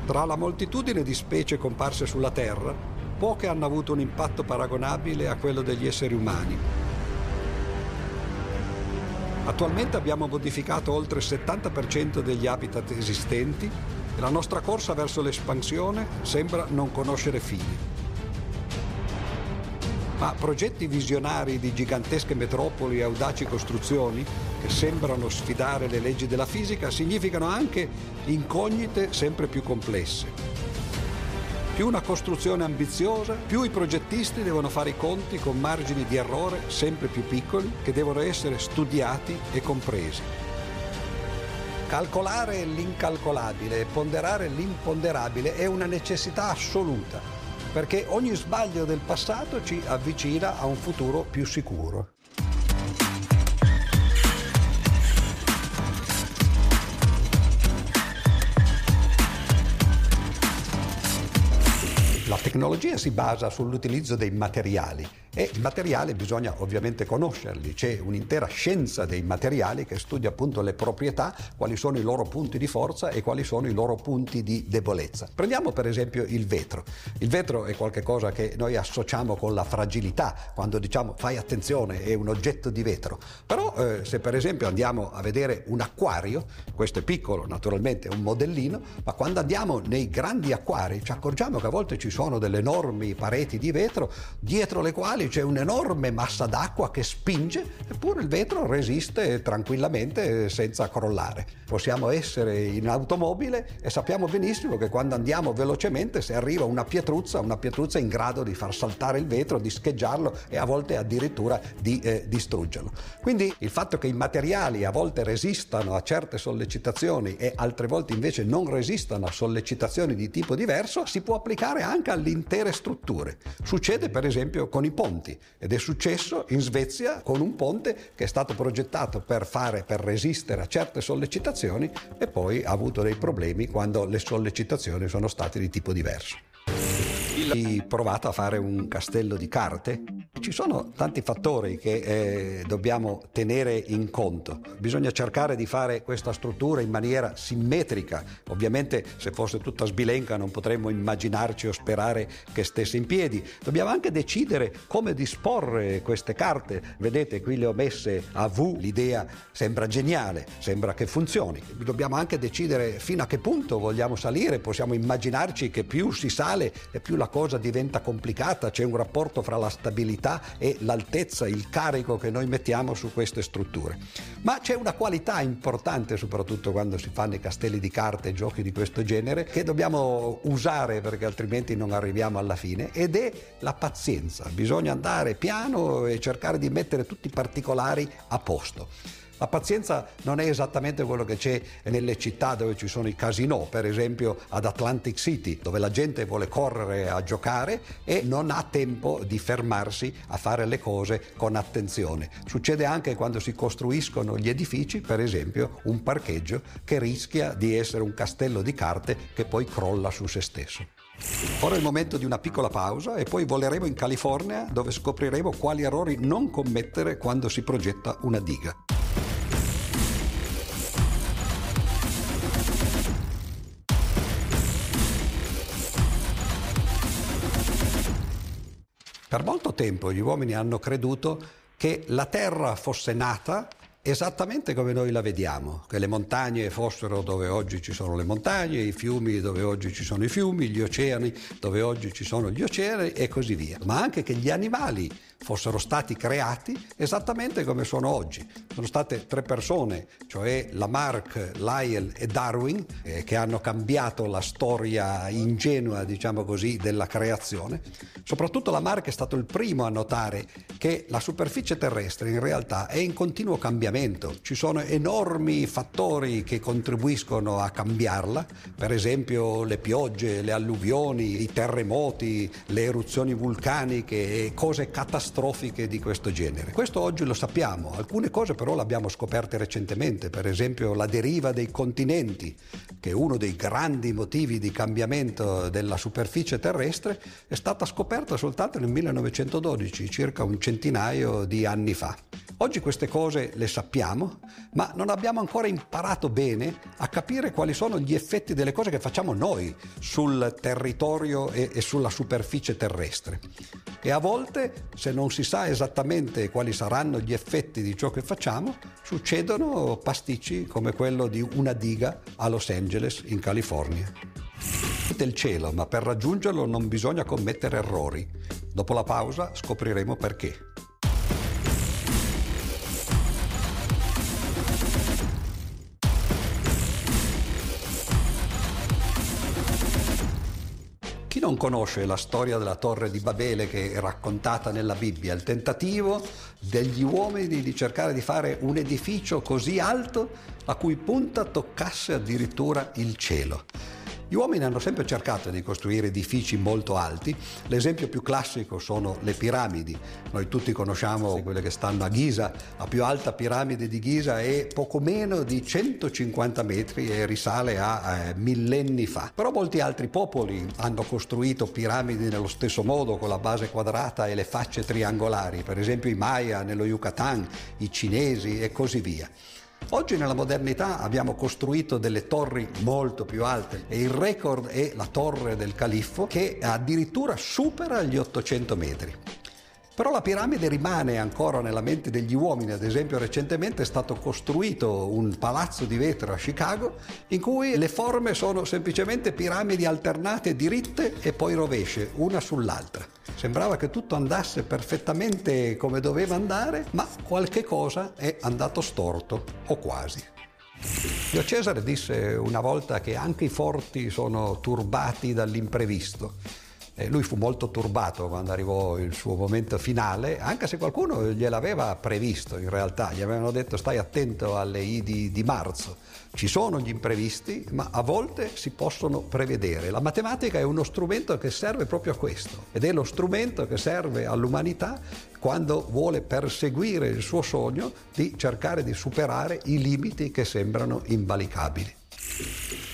Tra la moltitudine di specie comparse sulla Terra, poche hanno avuto un impatto paragonabile a quello degli esseri umani. Attualmente abbiamo modificato oltre il 70% degli habitat esistenti e la nostra corsa verso l'espansione sembra non conoscere fine. Ma progetti visionari di gigantesche metropoli e audaci costruzioni, che sembrano sfidare le leggi della fisica, significano anche incognite sempre più complesse. Più una costruzione ambiziosa, più i progettisti devono fare i conti con margini di errore sempre più piccoli che devono essere studiati e compresi. Calcolare l'incalcolabile e ponderare l'imponderabile è una necessità assoluta, perché ogni sbaglio del passato ci avvicina a un futuro più sicuro. La tecnologia si basa sull'utilizzo dei materiali e i materiali bisogna ovviamente conoscerli. C'è un'intera scienza dei materiali che studia appunto le proprietà, quali sono i loro punti di forza e quali sono i loro punti di debolezza. Prendiamo per esempio il vetro. Il vetro è qualcosa che noi associamo con la fragilità, quando diciamo fai attenzione, è un oggetto di vetro. Però se per esempio andiamo a vedere un acquario, questo è piccolo naturalmente, è un modellino, ma quando andiamo nei grandi acquari ci accorgiamo che a volte ci sono delle enormi pareti di vetro dietro le quali c'è un'enorme massa d'acqua che spinge, eppure il vetro resiste tranquillamente senza crollare. Possiamo essere in automobile e sappiamo benissimo che quando andiamo velocemente, se arriva una pietruzza è in grado di far saltare il vetro, di scheggiarlo e a volte addirittura di distruggerlo. Quindi il fatto che i materiali a volte resistano a certe sollecitazioni e altre volte invece non resistano a sollecitazioni di tipo diverso si può applicare anche alle intere strutture. Succede per esempio con i ponti ed è successo in Svezia con un ponte che è stato progettato per resistere a certe sollecitazioni e poi ha avuto dei problemi quando le sollecitazioni sono state di tipo diverso. Hai provato a fare un castello di carte? Ci sono tanti fattori che dobbiamo tenere in conto. Bisogna cercare di fare questa struttura in maniera simmetrica. Ovviamente se fosse tutta sbilenca non potremmo immaginarci o sperare che stesse in piedi. Dobbiamo anche decidere come disporre queste carte. Vedete, qui le ho messe a V, l'idea sembra geniale, sembra che funzioni. Dobbiamo anche decidere fino a che punto vogliamo salire. Possiamo immaginarci che più si sale e più la cosa diventa complicata, c'è un rapporto fra la stabilità e l'altezza, il carico che noi mettiamo su queste strutture. Ma c'è una qualità importante, soprattutto quando si fanno i castelli di carte e giochi di questo genere, che dobbiamo usare perché altrimenti non arriviamo alla fine, ed è la pazienza. Bisogna andare piano e cercare di mettere tutti i particolari a posto. La pazienza non è esattamente quello che c'è nelle città dove ci sono i casinò, per esempio ad Atlantic City, dove la gente vuole correre a giocare e non ha tempo di fermarsi a fare le cose con attenzione. Succede anche quando si costruiscono gli edifici, per esempio un parcheggio che rischia di essere un castello di carte che poi crolla su se stesso. Ora è il momento di una piccola pausa e poi voleremo in California, dove scopriremo quali errori non commettere quando si progetta una diga. Per molto tempo gli uomini hanno creduto che la Terra fosse nata esattamente come noi la vediamo, che le montagne fossero dove oggi ci sono le montagne, i fiumi dove oggi ci sono i fiumi, gli oceani dove oggi ci sono gli oceani e così via, ma anche che gli animali fossero stati creati esattamente come sono oggi. Sono state 3 persone, cioè Lamarck, Lyell e Darwin, che hanno cambiato la storia ingenua, diciamo così, della creazione. Soprattutto Lamarck è stato il primo a notare che la superficie terrestre in realtà è in continuo cambiamento. Ci sono enormi fattori che contribuiscono a cambiarla, per esempio le piogge, le alluvioni, i terremoti, le eruzioni vulcaniche e cose catastrofiche di questo genere. Questo oggi lo sappiamo, alcune cose però le abbiamo scoperte recentemente, per esempio la deriva dei continenti, che è uno dei grandi motivi di cambiamento della superficie terrestre, è stata scoperta scoperta soltanto nel 1912, circa un centinaio di anni fa. Oggi queste cose le sappiamo, ma non abbiamo ancora imparato bene a capire quali sono gli effetti delle cose che facciamo noi sul territorio e sulla superficie terrestre. E a volte, se non si sa esattamente quali saranno gli effetti di ciò che facciamo, succedono pasticci come quello di una diga a Los Angeles, in California. Il cielo, ma per raggiungerlo non bisogna commettere errori. Dopo la pausa scopriremo perché. Chi non conosce la storia della Torre di Babele che è raccontata nella Bibbia, il tentativo degli uomini di cercare di fare un edificio così alto a cui punta toccasse addirittura il cielo? Gli uomini hanno sempre cercato di costruire edifici molto alti. L'esempio più classico sono le piramidi. Noi tutti conosciamo quelle che stanno a Giza. La più alta piramide di Giza è poco meno di 150 metri e risale a millenni fa. Però molti altri popoli hanno costruito piramidi nello stesso modo, con la base quadrata e le facce triangolari. Per esempio i Maya nello Yucatan, i cinesi e così via. Oggi nella modernità abbiamo costruito delle torri molto più alte e il record è la Torre del Califfo, che addirittura supera gli 800 metri. Però la piramide rimane ancora nella mente degli uomini. Ad esempio recentemente è stato costruito un palazzo di vetro a Chicago in cui le forme sono semplicemente piramidi alternate diritte e poi rovesce, una sull'altra. Sembrava che tutto andasse perfettamente come doveva andare, ma qualche cosa è andato storto, o quasi. Dio Cesare disse una volta che anche i forti sono turbati dall'imprevisto. Lui fu molto turbato quando arrivò il suo momento finale, anche se qualcuno gliel'aveva previsto in realtà. Gli avevano detto: stai attento alle Idi di marzo. Ci sono gli imprevisti, ma a volte si possono prevedere. La matematica è uno strumento che serve proprio a questo, ed è lo strumento che serve all'umanità quando vuole perseguire il suo sogno di cercare di superare i limiti che sembrano invalicabili.